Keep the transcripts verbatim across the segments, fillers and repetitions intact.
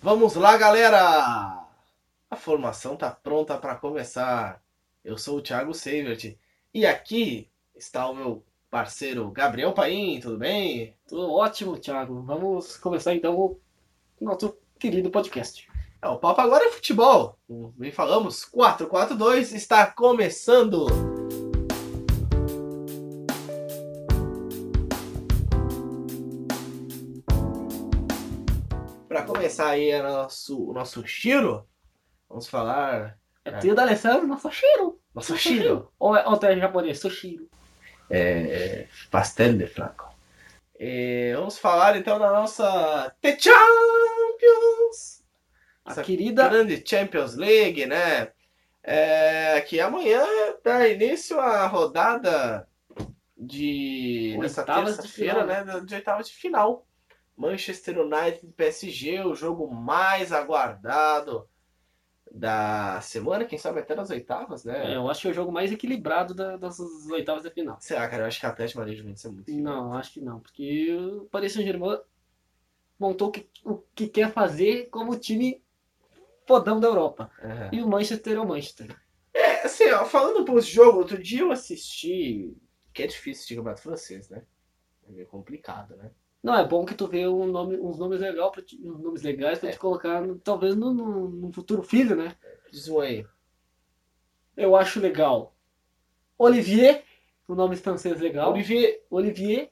Vamos lá, galera! A formação tá pronta para começar. Eu sou o Thiago Seivert e aqui está o meu parceiro Gabriel Paim, tudo bem? Tudo ótimo, Thiago. Vamos começar então o nosso querido podcast. É, o papo agora é futebol. Como bem falamos, quatro quatro dois está começando. Para começar aí o nosso, o nosso Shiro, vamos falar. É É, tio da Alessandro, nosso Shiro. nosso Shiro. Ou é, ou é japonês, Soshiro. É, pastel de flaco. É, vamos falar então da nossa The Champions! A Essa querida grande Champions League, né? É, que amanhã dá início à rodada de nessa oitavas de terça-feira, final, né? né? De oitavas de final. Manchester United e P S G, o jogo mais aguardado da semana, quem sabe até nas oitavas, É, né? eu acho que é o jogo mais equilibrado da- das oitavas de final. Será, cara? Eu acho que a Atlético Madrid e Juventus é muito equilibrado. Não, acho que não, porque o Paris Saint-Germain montou o que, o que quer fazer como time fodão da Europa. Uhum. E o Manchester é o Manchester. É, assim, ó, falando um pouco desse jogo, outro dia eu assisti, que é difícil de campeonato francês, né? É meio complicado, né? Não, é bom que tu vê um nome, uns nomes legais pra te, uns nomes legais para É, te colocar, no- talvez no, no, no futuro filho, né? diz um aí. Eu acho legal. Olivier, o nome francês legal. Olivier, Olivier.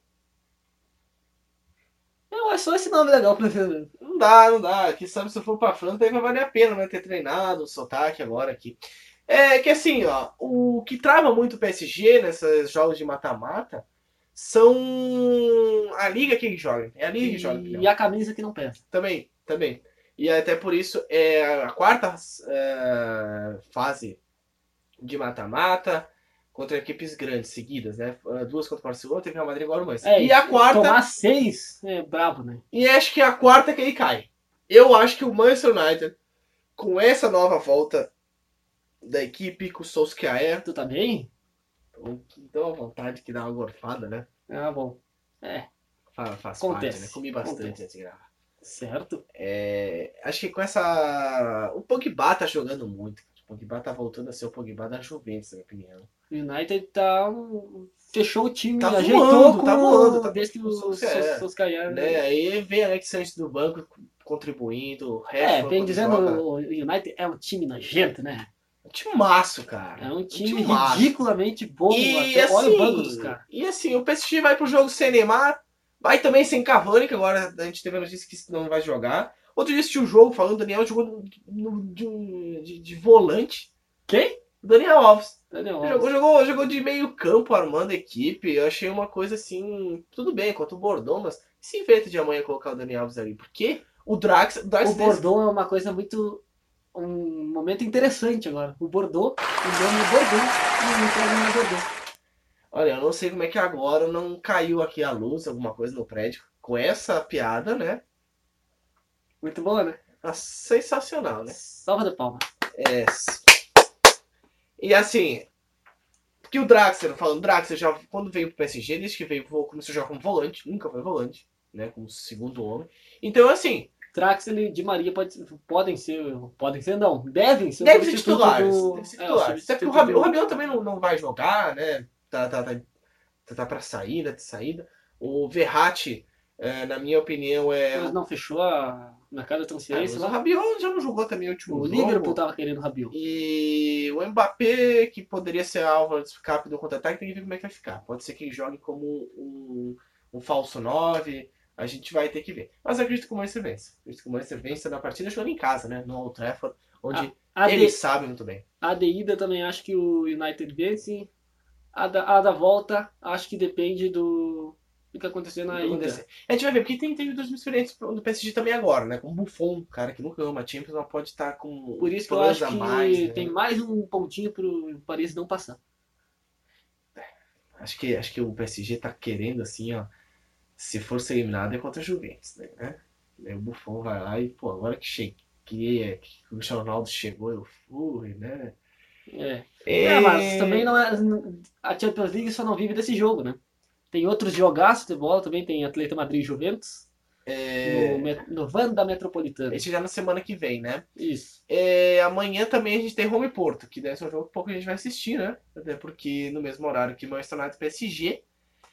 Eu acho só esse nome legal pra você. não dá, não dá. Quem sabe se eu for pra França, daí vai valer a pena, né? Ter treinado o sotaque agora aqui. É que assim, ó, o que trava muito o P S G nesses jogos de mata-mata são a liga que eles jogam. É a liga que joga, E entendeu? a camisa que não pesa. Também, também. E até por isso, é a quarta é, fase de mata-mata contra equipes grandes seguidas, né? Duas contra o Barcelona, teve Real Madrid agora o Manchester. É, E a tomar quarta, seis é brabo, né? e acho que é a quarta que ele cai. Eu acho que o Manchester United, com essa nova volta da equipe, com o Solskjaer, Tu tá bem? deu uma vontade que dá uma gorfada, né? Ah, bom. É, Faz, faz parte, né? acontece. Comi bastante Acontece. antes de gravar. Certo? É, acho que com essa. O Pogba tá jogando muito. O Pogba tá voltando a ser o Pogba da Juventus, na minha opinião. O United tá. um- Fechou o Tá time, ajeitou voando, tá voando, com. tá Desde que com o o Solskjaer. Solskjaer. Né? Aí vem Alex Sanches do banco contribuindo, o É, Rashford vem quando dizendo joga. o United é um time nojento, né? É um timaço, cara. É um Um time timaço. ridiculamente bom. E Até, olha o banco dos assim, caras. e assim, o P S G vai pro jogo sem Neymar, vai também sem Cavani, que agora a gente teve a notícia que não vai jogar. Outro dia assisti o jogo falando, o Daniel jogou no- no- de, de- de volante. Quem? O Daniel Alves. Daniel Jogou, Alves. jogou, jogou de meio campo armando a equipe. Eu achei uma coisa assim, tudo bem, contra o Bordeaux, mas e se inventa de amanhã colocar o Daniel Alves ali? Porque o Drax, o O Drax desse, Bordeaux é uma coisa muito. Um momento interessante agora. O Bordeaux, o nome é Bordeaux, e o programa é Bordeaux. olha, eu não sei como é que agora não caiu aqui a luz, alguma coisa no prédio, com essa piada, né? Muito boa, né? Ah, sensacional, né? Salva de palmas. É. E assim, que o Draxler, falando, Draxler já quando veio pro P S G, desde que veio, começou a jogar como volante, nunca foi volante, né? Como segundo homem. Então, assim, Traxel e Di Maria pode, podem ser. Podem ser, não. Devem ser o deve ser substituto titulares. Deve do. ser É, o titulares. Até porque o substituto Rabiot, o do. Rabiot também não, não vai jogar, né? Tá, tá, tá, tá, tá pra saída, de saída. O Verratti, é, na minha opinião, Mas é. não fechou a mercado de Ah, transferência mas o lá. Rabiot já não jogou também o último O Liverpool jogo. tava querendo o Rabiot. E o Mbappé, que poderia ser alvo de escape do contra-ataque, tem que ver como é que vai ficar. Pode ser que ele jogue como um, um falso nove. A gente vai ter que ver. Mas acredito que o Manchester vence. Acredito que o Manchester vence na partida jogando em casa, né? No Old Trafford, A, onde a, eles de, sabem muito bem. a de ida também acho que o United vence. A da, a da volta acho que depende do, do que acontecer O na que ida. acontecer. A gente vai ver, porque tem, tem dois diferentes do P S G também agora, né? Com o Buffon, cara que nunca ama a Champions, mas pode estar com Por isso que eu planos acho a mais, que tem né? mais um pontinho pro Paris não passar. Acho que, acho que o P S G tá querendo, assim, ó. Se for ser eliminado é contra a Juventus, né? Aí o Buffon vai lá e, pô, agora que cheguei, que o Cristiano Ronaldo chegou, eu fui, né? É. É, mas também É... não é. A Champions League só não vive desse jogo, né? Tem outros jogaços de bola também, tem Atlético Madrid e Juventus. É... No, met- no Wanda Metropolitano. Esse já na semana que vem, né? Isso. É, amanhã também a gente tem Roma e Porto, que deve ser um jogo que pouco a gente vai assistir, né? Até porque no mesmo horário que Manchester United e P S G,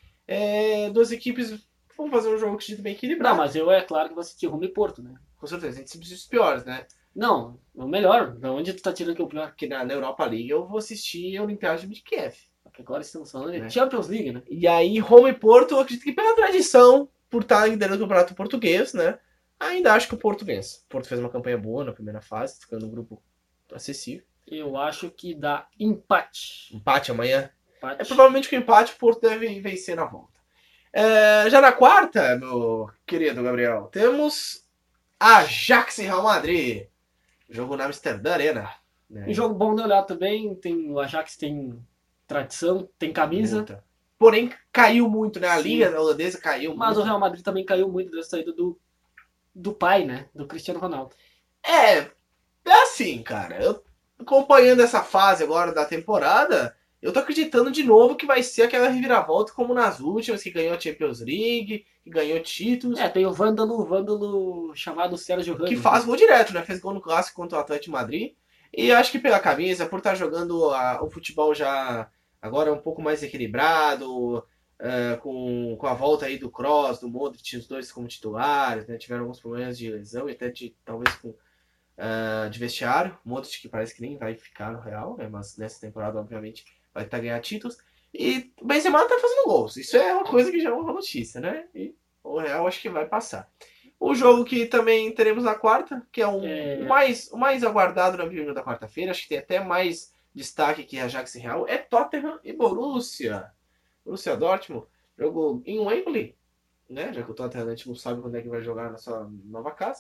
é, duas equipes vão fazer um jogo que bem Não, equilibrado. mas eu é claro que vou assistir Roma e Porto, né? Com certeza, a gente sempre assiste os piores, né? Não, é o melhor. Da onde tu tá tirando que é o pior? Porque na, na Europa League eu vou assistir a Olimpíada de Kiev. Porque agora estamos falando de É. Champions League, né? E aí, Roma e Porto, eu acredito que pela tradição, por estar liderando o campeonato português, né? Ainda acho que o Porto vence. O Porto fez uma campanha boa na primeira fase, ficando no grupo acessível. Eu acho que dá empate. Empate amanhã. Empate. É provavelmente que o empate o Porto deve vencer na volta. É, já na quarta, meu querido Gabriel, temos Ajax e Real Madrid. Jogo na Amsterdã Arena. Né? Um jogo bom de olhar também. Tem, o Ajax tem tradição, tem camisa. Muita. Porém, caiu muito, né? A Sim. liga holandesa caiu Mas muito. o Real Madrid também caiu muito da saída do, do pai, né? Do Cristiano Ronaldo. É, é assim, cara. Eu acompanhando essa fase agora da temporada, eu tô acreditando de novo que vai ser aquela reviravolta como nas últimas, que ganhou a Champions League, que ganhou títulos. É, tem o vândalo, o vândalo chamado Sérgio Ramos. Que faz gol direto, né? Fez gol no clássico contra o Atlético de Madrid. E acho que pela camisa, por estar jogando a, o futebol já agora um pouco mais equilibrado, uh, com, com a volta aí do Kroos, do Modric, os dois como titulares, né? Tiveram alguns problemas de lesão e até de, talvez com, uh, de vestiário. Modric que parece que nem vai ficar no Real, né? Mas nessa temporada, obviamente, vai estar ganhando títulos. E o Benzema tá fazendo gols. Isso é uma coisa que já é uma notícia, né? E o Real acho que vai passar. O jogo que também teremos na quarta, que é, um, É. O, mais, o mais aguardado na primeira da quarta-feira, acho que tem até mais destaque que Ajax e Real, é Tottenham e Borussia. Borussia Dortmund, jogo em Wembley, né? Já que o Tottenham a gente não sabe quando é que vai jogar na sua nova casa.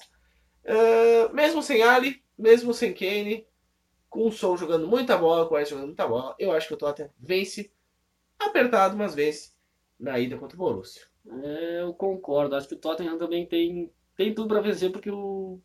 Uh, mesmo sem Ali, mesmo sem Kane, com o Sol jogando muita bola, com o West jogando muita bola, eu acho que o Tottenham vence, apertado, mas vence na ida contra o Borussia. É, eu concordo. Acho que o Tottenham também tem, tem tudo pra vencer, porque o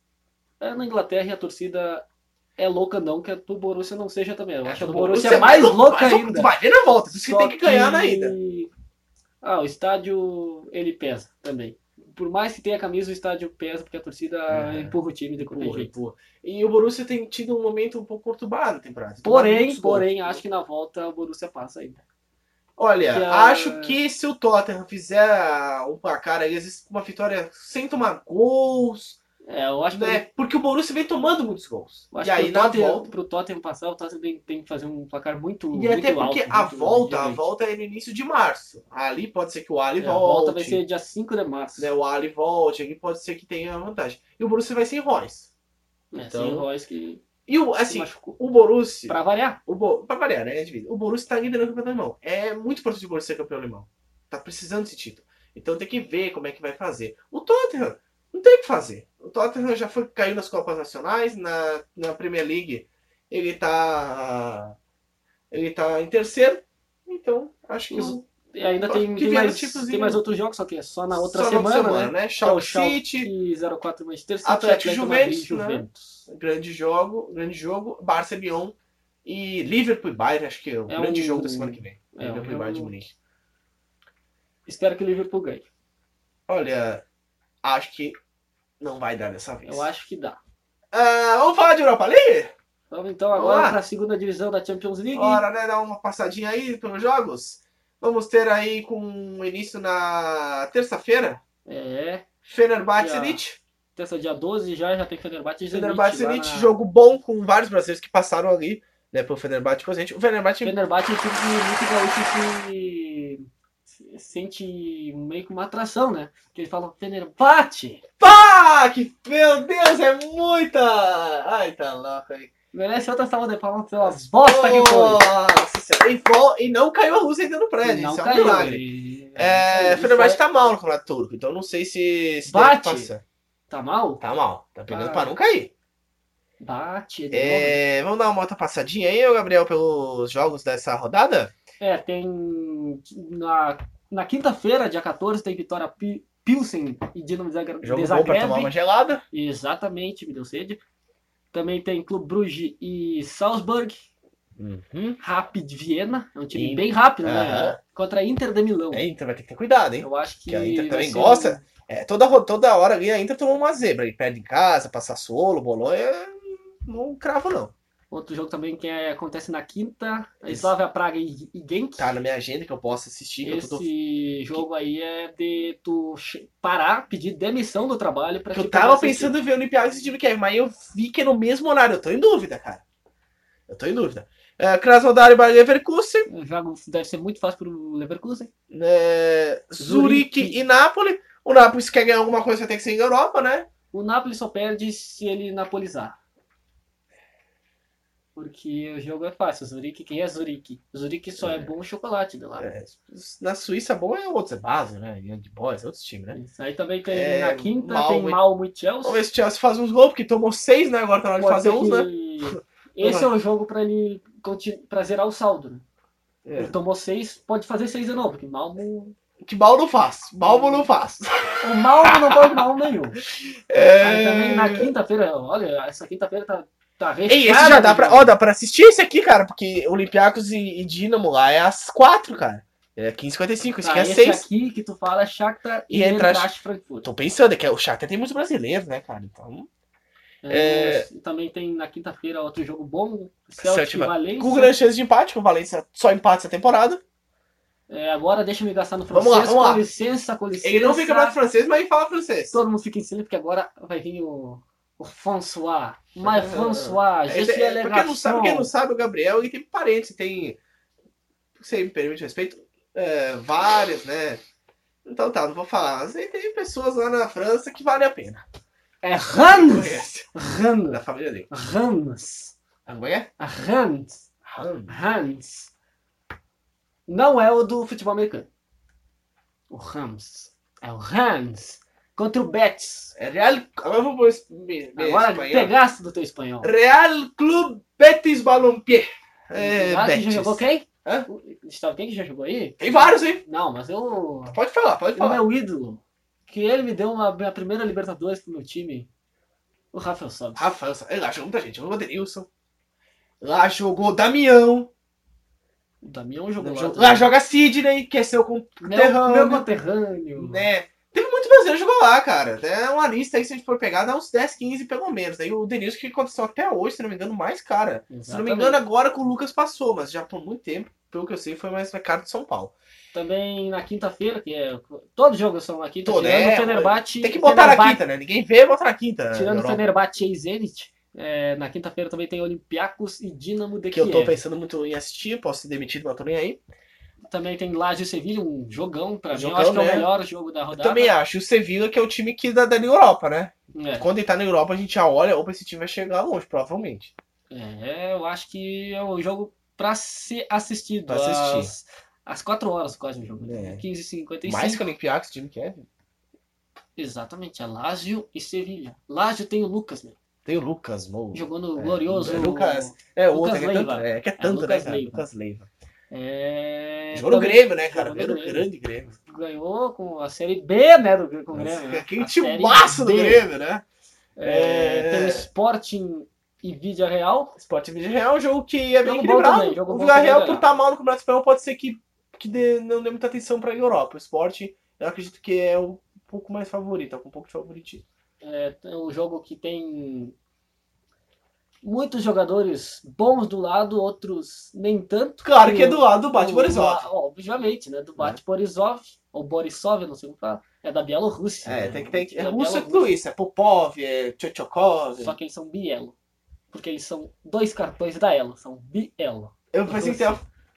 é, na Inglaterra e a torcida é louca, não que a do Borussia não seja também. Eu É, acho que a do do Borussia Borussia é mais é louca mas ainda. Tu vai ver na volta, isso que Só tem que ganhar na ida. Ah, o estádio ele pesa também. Por mais que tenha camisa, o estádio pesa porque a torcida É. empurra o time de qualquer Porra, jeito. porra. E o Borussia tem tido um momento um pouco conturbado na temporada. Tem tomado Porém, muitos gols. porém, acho que na volta o Borussia passa ainda. Olha, que a- acho que se o Tottenham fizer um placar aí, às vezes uma vitória sem tomar gols, É, eu acho que né? Porque o Borussia vem tomando muitos gols. eu acho E que aí pro na Tottenham, volta. pro Tottenham passar, o Tottenham tem, tem que fazer um placar muito, E muito até porque alto. a muito volta, a gigante. volta é no início de março. Ali pode ser que o Ali É, a volte. volta vai ser dia cinco de março. Né, o Ali volte, aqui pode ser que tenha vantagem. E o Borussia vai sem Royce. É, Então- sem o Royce que E o, se assim, machucou. o Borussia. Pra variar. O Bo... Pra variar, né? O Borussia tá liderando o campeonato alemão. É muito importante o Borussia ser campeão alemão. Tá precisando desse título. Então tem que ver como é que vai fazer. O Tottenham não tem o que fazer. O Tottenham já foi caiu nas Copas Nacionais, na, na Premier League ele tá. Ele tá em terceiro. Então, acho que Os- o- E ainda Acho tem, que tem, vieram mais, tipos tem em- mais outros jogos, só que é só na outra só na semana, semana, né? né? Que é o Schalke City, Schalke zero quatro Manchester City, Atlético Madrid, Juventus, né? Juventus. grande jogo, grande jogo, Barça e Lyon e Liverpool e Bayern, acho que é o É grande um- jogo da semana que vem. é, Liverpool é e Bayern de um- Munique. Espero que o Liverpool ganhe. Olha, acho que não vai dar dessa vez. Eu acho que dá. Ah, vamos falar de Europa League? Vamos então Vamos agora lá? para a segunda divisão da Champions League. Bora, né, dar uma passadinha aí pelos jogos. Vamos ter aí com início na terça-feira, É, Fenerbahçe Dia- Zenit. terça dia doze já, já tem Fenerbahçe e Zenit. Fenerbahçe lá Zenit, na- jogo bom com vários brasileiros que passaram ali, né, pro Fenerbahçe com a gente. O Fenerbahçe Fenerbahçe é um time muito gaúcho que se- sente meio que uma atração, né? Porque eles falam Fenerbahçe. Pá! Que, meu Deus, é muita! Ai, tá louco aí. Merece outra salva de palmas pelas bosta que foi. Nossa senhora. E, vol- e não caiu a luz ainda no prédio, Não isso é um caiu. milagre. e- É, isso Fenerbahçe é- tá mal no Campeonato Turco, então não sei se, se Bate. deve passar. Tá mal? Tá mal, tá pegando Tá. pra não cair. Bate. de É, vamos dar uma outra passadinha aí, ô Gabriel, pelos jogos dessa rodada? É, tem. Na, na quinta-feira, dia quatorze, tem Vitória Pi- Pilsen e Dinamo Zagreb. Jogo bom pra tomar uma gelada. Exatamente, me deu sede. Também tem Clube Bruges e Salzburg. Uhum. Rapid Viena, é um time Sim. bem rápido, né? Aham. Contra a Inter de Milão. É, então vai ter que ter cuidado, hein? Eu acho que. Que a Inter vai também ser gosta. É, toda, ro- toda hora ali a Inter tomou uma zebra. Ele perde em casa, passa Sassuolo, Bolonha. Não cravo, não. Outro jogo também que é- acontece na quinta, a Esse Slavia Praga e, e Genk. tá na minha agenda que eu posso assistir. Que eu, tô, Esse jogo aí é de tu che- parar, pedir demissão do trabalho pra que eu te tava poder assistir. pensando em ver o Olympiacos e time Kiev, mas eu vi que é no mesmo horário. Eu tô em dúvida, cara. Eu tô em dúvida. É, Krasnodar e Bayer Leverkusen. O jogo deve ser muito fácil pro Leverkusen. É, Zurique Zurique. e Nápoles. O Nápoles, se quer ganhar alguma coisa, vai ter que ser em Europa, né? O Napoli só perde se ele napolizar. Porque o jogo é fácil. Zurique, quem é Zurique? Zurique só é, É. bom chocolate de lá. É, na Suíça, bom é outros, é Basel, né? Young Boys, outros times, né? Isso aí também tem É, na quinta, Malmo tem e- Malmo e Chelsea. Vamos ver se o Chelsea faz uns gols, porque tomou seis, né? Agora tá na hora de Pode fazer ser uns, né? que esse é o jogo pra ele continu... pra zerar o saldo, né? É. Ele tomou seis, pode fazer seis de novo, porque Malmo... Que Malmo não faz. Malmo não faz. O Malmo não pode mal nenhum. É... Aí também na quinta-feira, olha, essa quinta-feira tá, tá recheada. Ei, esse já dá de pra, jogo. ó, dá pra assistir esse aqui, cara, porque Olympiacos e, e Dinamo lá é às quatro, cara. É quinze e cinquenta e cinco, esse Tá, aqui é esse seis. aqui que tu fala é Shakhtar e E entra- Eintracht Frankfurt. Tô pensando, é que o Shakhtar tem muitos brasileiros, né, cara? Então, É, e também tem na quinta-feira outro jogo bom, Celtic Celtic e vai- Valência. com grande chance de empate, com o Valência só empate essa temporada. É, agora deixa eu me gastar no Vamos francês. lá, vamos lá. Com licença, com licença. Ele não vem campeonato francês, mas ele fala francês. Todo mundo fica em silêncio, porque agora vai vir o, o François. Mas François, É, je suis é, pra quem não sabe, allégação. quem não sabe, o Gabriel ele tem parentes, tem. Você me permite respeito? É, várias, né? Então tá, não vou falar. Mas aí tem pessoas lá na França que vale a pena. É Rennes. Conhece. Rennes. Da família dele. Rennes. Ah, como é? Rennes. Hum. Rennes. Não é o do futebol americano. O Rams. É o Rennes. Contra o Betis. É Real. Agora eu vou pôr esse- me- me- Agora espanhol. pegaste do teu espanhol. Real Club Betis Balompié. É, Ah, que Betis. já jogou quem? Hã? Gustavo, quem que já jogou aí? Tem vários, hein? Não, mas eu... Pode falar, pode O falar. meu ídolo. Que ele me deu uma, minha primeira Libertadores pro meu time. O Rafael Sobis. Rafael, lá jogou muita gente. Jogou o Denilson. Lá jogou o Damião. O Damião jogou lá. Lá, também. joga Sidney, que é seu Meu, conterrâneo. meu conterrâneo. Né? Teve muito brasileiro que jogou lá, cara. É uma lista aí, se a gente for pegar, dá uns dez, quinze pelo menos. Aí o Denilson que aconteceu até hoje, se não me engano, mais cara. Se não me Exatamente. engano, agora com o Lucas passou, mas já por muito tempo, pelo que eu sei, foi mais caro de São Paulo. Também na quinta-feira, que é. Todos os jogos são na quinta, Todo, tirando é, o Fenerbahçe. Tem que botar na Fenerbahçe- quinta, né? Ninguém vê, bota na quinta. Tirando o Europa. Fenerbahçe e Zenit. É, na quinta-feira também tem Olympiacos e Dinamo de Que eu tô Kiev. pensando muito em assistir, posso ser demitido, mas tô nem aí. Também tem Lazio e Sevilha, um jogão pra mim. Eu Jogão, acho que é o né? melhor jogo da Eu rodada. também acho. E o Sevilla, que é o time que dá, dá na Europa, né? É. Quando ele tá na Europa, a gente já olha, opa, esse time vai chegar longe, provavelmente. É, eu acho que é o jogo pra ser assistido. Pra assistir. Às, às quatro horas quase o jogo. É. quinze e cinquenta e cinco. Mais que o Olympiacos, o time que é. Exatamente, é Lazio e Sevilha. Lazio tem o Lucas, meu. Tem o Lucas Moura. Jogou no É, glorioso. é Lucas- É, o Lucas outro, é que é tanto, Leiva. é, que é É, tanto, né, Lucas cara? Leiva. Lucas Leiva. É... Jogou no também Grêmio, né, cara? jogou no Era um Grêmio. grande Grêmio. Ganhou com a Série B, né, do com o Grêmio. né? Aquele A Série timaço do B. Grêmio, né? É, É. Tem o Sporting e Vídea Real. Sport Vídeo Real é um jogo que é bem Jogo bom equilibrado. também, jogo O bom Villarreal, também, por estar mal no Campeonato Espanhol, pode ser que, que dê, não dê muita atenção pra Europa. O Sport, eu acredito que é um pouco mais favorito, é com um pouco de favoritismo. É, é um jogo que tem muitos jogadores bons do lado, outros nem tanto. Claro Tem que é o- do lado do Bate o- Borisov. ó, Obviamente, né? Do Bate Borisov, ou Borisov, não sei como fala. É da Bielorrússia. É, né? tem que ter. É Da russo é Bielorrússia. tudo isso. É Popov, é Tchotchokov. Só que eles são bielo. Porque eles são dois cartões da Elo, são bielo. Eu pensei que tem uma.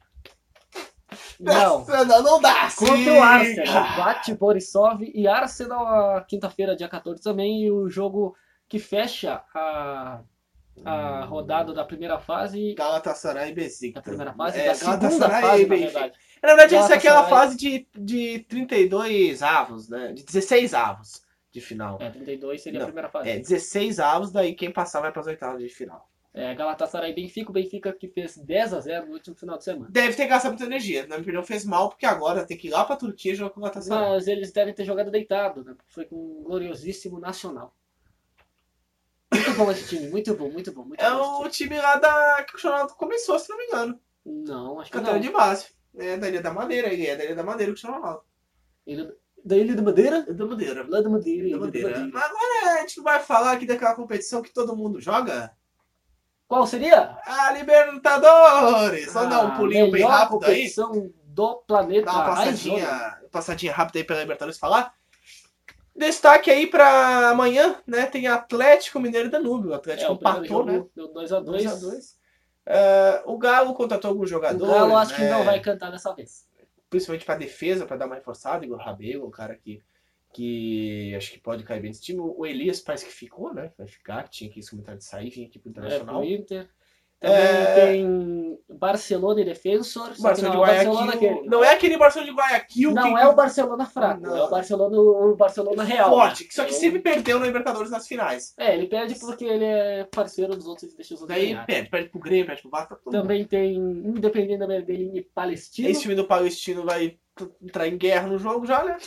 Não. Não, não dá, sim. Contra o Arsenal, Bate Borisov e Arsenal a quinta-feira, dia quatorze também, e o jogo que fecha a, a rodada da primeira fase, Galatasaray e da Besiktas. primeira fase, É, da segunda Galatasaray fase, e na Benfica. verdade. Na verdade, essa aqui é aquela Galatasaray. fase de, de trinta e dois avos, né? De dezesseis avos de final. É, trinta e dois seria Não, a primeira fase. É, dezesseis avos, daí quem passar vai para as oitavas de final. É, Galatasaray e Benfica, o Benfica que fez dez a zero no último final de semana. Deve ter gastado muita energia. Na minha opinião, fez mal, porque agora tem que ir lá pra Turquia e jogar com o Galatasaray. Mas eles devem ter jogado deitado, né? Porque foi com um gloriosíssimo Nacional. Muito bom esse time, muito bom, muito bom. Muito É bom o esse time. time lá da que o Ronaldo começou, se não me engano. Não, acho que Canteira não. de base. É da Ilha da Madeira, ele é da Ilha da Madeira o Cristiano Ronaldo. Ele- Da Ilha da Madeira? Da Madeira. Lá da Madeira. Da Ilha Madeira. da Madeira. Mas agora a gente não vai falar aqui daquela competição que todo mundo joga? Qual seria? A Libertadores! Só dar um A pulinho bem melhor rápido aí. competição do planeta. Dar uma Arizona. passadinha, passadinha rápida aí pela Libertadores falar. Destaque aí pra amanhã, né? Tem Atlético Mineiro e Danúbio. O Atlético É, o primeiro empatou, jogo né? deu dois a dois. dois a dois. Uh, o Galo contratou alguns O jogadores. Galo acho né? que não vai cantar dessa vez. Principalmente pra defesa, pra dar uma reforçada. Igor Rabelo, um cara que, que acho que pode cair bem nesse time. O Elias parece que ficou, né? Vai ficar, que tinha que isso comentar de sair, vinha aqui pro É, Internacional. pro Inter. Também É... tem Barcelona e Defensor. Só que Barcelona não de é o Barcelona Guayaquil. aquele. Não é aquele Barcelona de Guayaquil. Não que... é o Barcelona fraco, Não. é o Barcelona, o Barcelona real. Forte, Né? só que é sempre um... perdeu na Libertadores nas finais. É, ele perde porque ele é parceiro dos outros e deixa os outros Daí ganhar. perde, perde pro Grêmio, perde pro Vasco. Também tem Independente da Medellín e Palestino. Esse time do Palestino vai entrar em guerra no jogo já, né?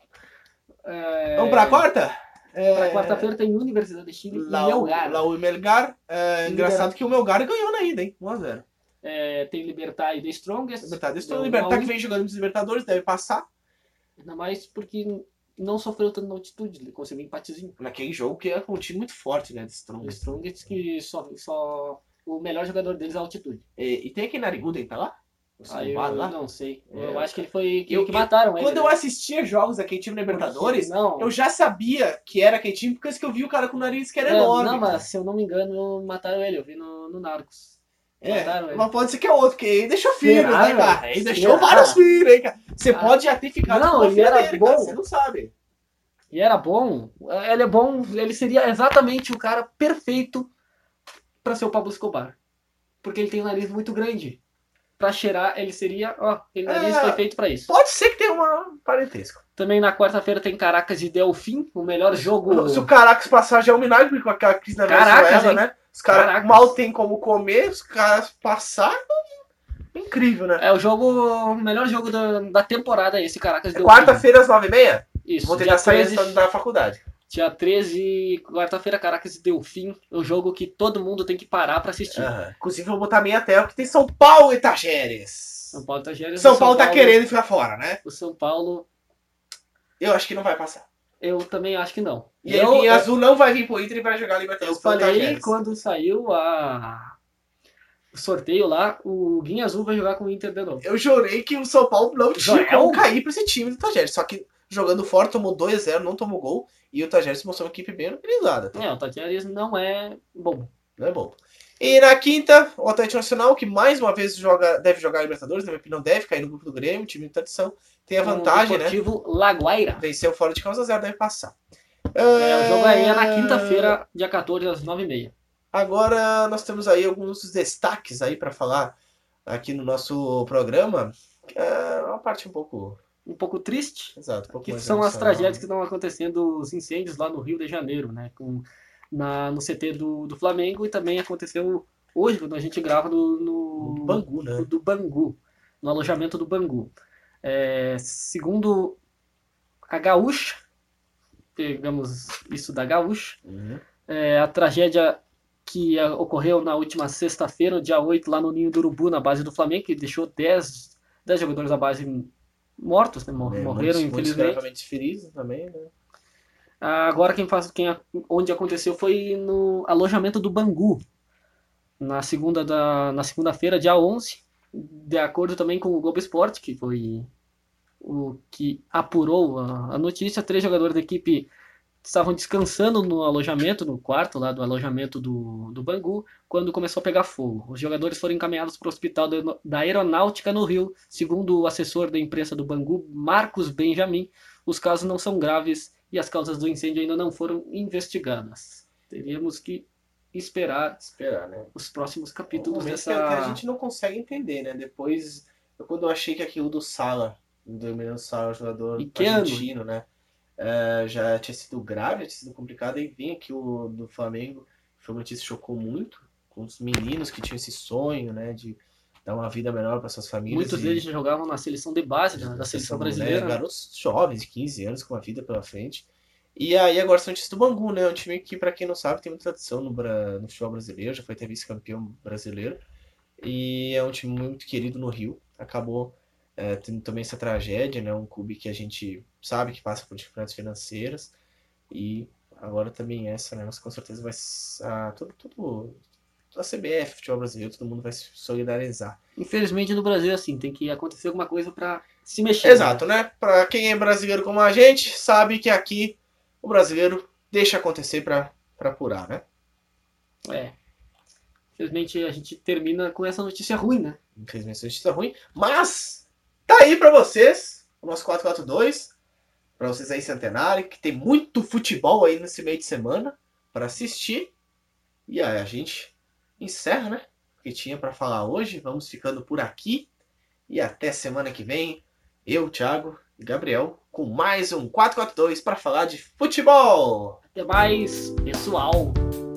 É... Vamos pra quarta? É... Pra quarta-feira tem Universidade de Chile La... e Melgar. Laú e Melgar. É... Liber... Engraçado que o Melgar ganhou na ida, hein? um a zero. É... Tem Libertad e The Strongest. Libertad, The Libertad que vem jogando nos Libertadores, deve passar. Ainda mais porque não sofreu tanto na altitude, ele conseguiu um empatezinho. Naquele jogo que é um time muito forte, né? The Strongest. The Strongest que só, só... O melhor jogador deles é a altitude. E, e tem aquele Nariguden, tá lá? Ah, eu lá? não sei. É, eu acho que ele foi que, eu, que mataram ele. Quando né? eu assistia jogos daquele time na Libertadores, não. eu já sabia que era aquele time, porque que eu vi o cara com o nariz que era é, enorme. Não, mas se eu não me engano, mataram ele. Eu vi no, no Narcos. É, mataram ele. mas pode ser que é outro, porque aí deixou filhos, Será, né, cara? Aí deixou Será? vários filhos, hein, cara? Você Ah. pode já ter ficado Não, com uma ele filha era dele, bom. cara, você não sabe. E era bom. Ele é bom. Ele seria exatamente o cara perfeito pra ser o Pablo Escobar. Porque ele tem um nariz muito grande. Pra cheirar, ele seria... Ó, aquele nariz É, foi feito pra isso. Pode ser que tenha uma parentesco. Também na quarta-feira tem Caracas e Delfim, o melhor jogo... Se o Caracas passar já é um milagre com aquela crise na Caracas, Venezuela, hein? né? Os caras Caracas. mal tem como comer, os caras passaram... Incrível, né? É o jogo, o melhor jogo da, da temporada esse Caracas e Delfim. Quarta-feira às nove e meia? Isso. Vou tentar dia sair treze, antes da faculdade. Dia treze, quarta-feira, Caracas e Delfim. O jogo que todo mundo tem que parar pra assistir. Uhum. Inclusive, eu vou botar minha tela, porque tem São Paulo e Tajeres. São Paulo tá gerando. São, Paulo tá querendo ficar fora, né? O São Paulo, Eu acho que não vai passar. eu também acho que não. E eu, o Guinha eu, Azul não vai vir pro Inter e vai jogar a Libertadores. eu pelo falei Tajeres. quando saiu a... o sorteio lá, o Guinha Azul vai jogar com o Inter de novo. Eu jurei que o São Paulo não tinha Joel? como cair pra esse time do Tajeres. Só que jogando fora, tomou dois a zero, não tomou gol. E o Tajeres mostrou uma equipe bem organizada. É, o Tajeres não é bom. Não é bom. E na quinta, o Atlético Nacional, que mais uma vez joga, deve jogar a Libertadores, na minha opinião, deve cair no grupo do Grêmio, time de tradição. Tem a vantagem, o né? Deportivo Laguaira. Venceu fora de casa a zero, deve passar. É, o jogo aí é na quinta-feira, dia quatorze, às nove e meia. Agora nós temos aí alguns destaques aí para falar aqui no nosso programa. É uma parte um pouco... Um pouco triste, Exato, um pouco que mais são as emocional. tragédias que estão acontecendo, os incêndios lá no Rio de Janeiro, né? Com, na, no C T do, do Flamengo, e também aconteceu hoje, quando a gente grava no, no Do Bangu, né? do Bangu, no alojamento do Bangu. É, segundo a Gaúcha, pegamos isso da Gaúcha, Uhum. é, a tragédia que a, ocorreu na última sexta-feira, dia oito, lá no Ninho do Urubu, na base do Flamengo, que deixou dez jogadores da base mortos, né? Mor- É, morreram, muitos, muitos infelizmente. gravemente feridos também, né? Agora quem faz, quem, onde aconteceu foi no alojamento do Bangu, na segunda da, na segunda-feira, dia onze, de acordo também com o Globo Esporte, que foi o que apurou a, a notícia. Três jogadores da equipe estavam descansando no alojamento, no quarto lá do alojamento do, do Bangu, quando começou a pegar fogo. Os jogadores foram encaminhados para o hospital da- da Aeronáutica no Rio. Segundo o assessor da imprensa do Bangu, Marcos Benjamin, os casos não são graves e as causas do incêndio ainda não foram investigadas. Teríamos que esperar Esperar, né? os próximos Um capítulos momento dessa... que a, que a gente não consegue entender, né? Depois, eu, quando eu achei que aquilo do Sala, do Emiliano Sala, o jogador E que ano? argentino, né? é, já tinha sido grave, já tinha sido complicado, e vinha aqui o do Flamengo, foi uma notícia que chocou muito, com os meninos que tinham esse sonho, né? De dar uma vida melhor para suas famílias. Muitos e- deles já jogavam na seleção de base da, da seleção brasileira. né, garotos jovens de quinze anos com a vida pela frente. E aí agora são notícias do Bangu, né? Um time que, pra quem não sabe, tem muita tradição no, bra... no futebol brasileiro, já foi até vice-campeão brasileiro. E é um time muito querido no Rio. Acabou É, tem também essa tragédia, né? Um clube que a gente sabe que passa por dificuldades financeiras e agora também essa, né? Mas com certeza vai ah, tudo, tudo a C B F, futebol brasileiro, todo mundo vai se solidarizar. Infelizmente no Brasil é assim, tem que acontecer alguma coisa pra se mexer, né? Exato, né? Para quem é brasileiro como a gente, sabe que aqui o brasileiro deixa acontecer para para apurar, né? É. Infelizmente a gente termina com essa notícia ruim, né? Infelizmente isso notícia ruim, mas tá aí para vocês o nosso quatro quatro dois, para vocês aí centenário, que tem muito futebol aí nesse meio de semana para assistir. E aí a gente encerra, né? O que tinha para falar hoje. Vamos ficando por aqui e até semana que vem. Eu, Thiago e Gabriel com mais um quatro quatro dois para falar de futebol. Até mais, pessoal.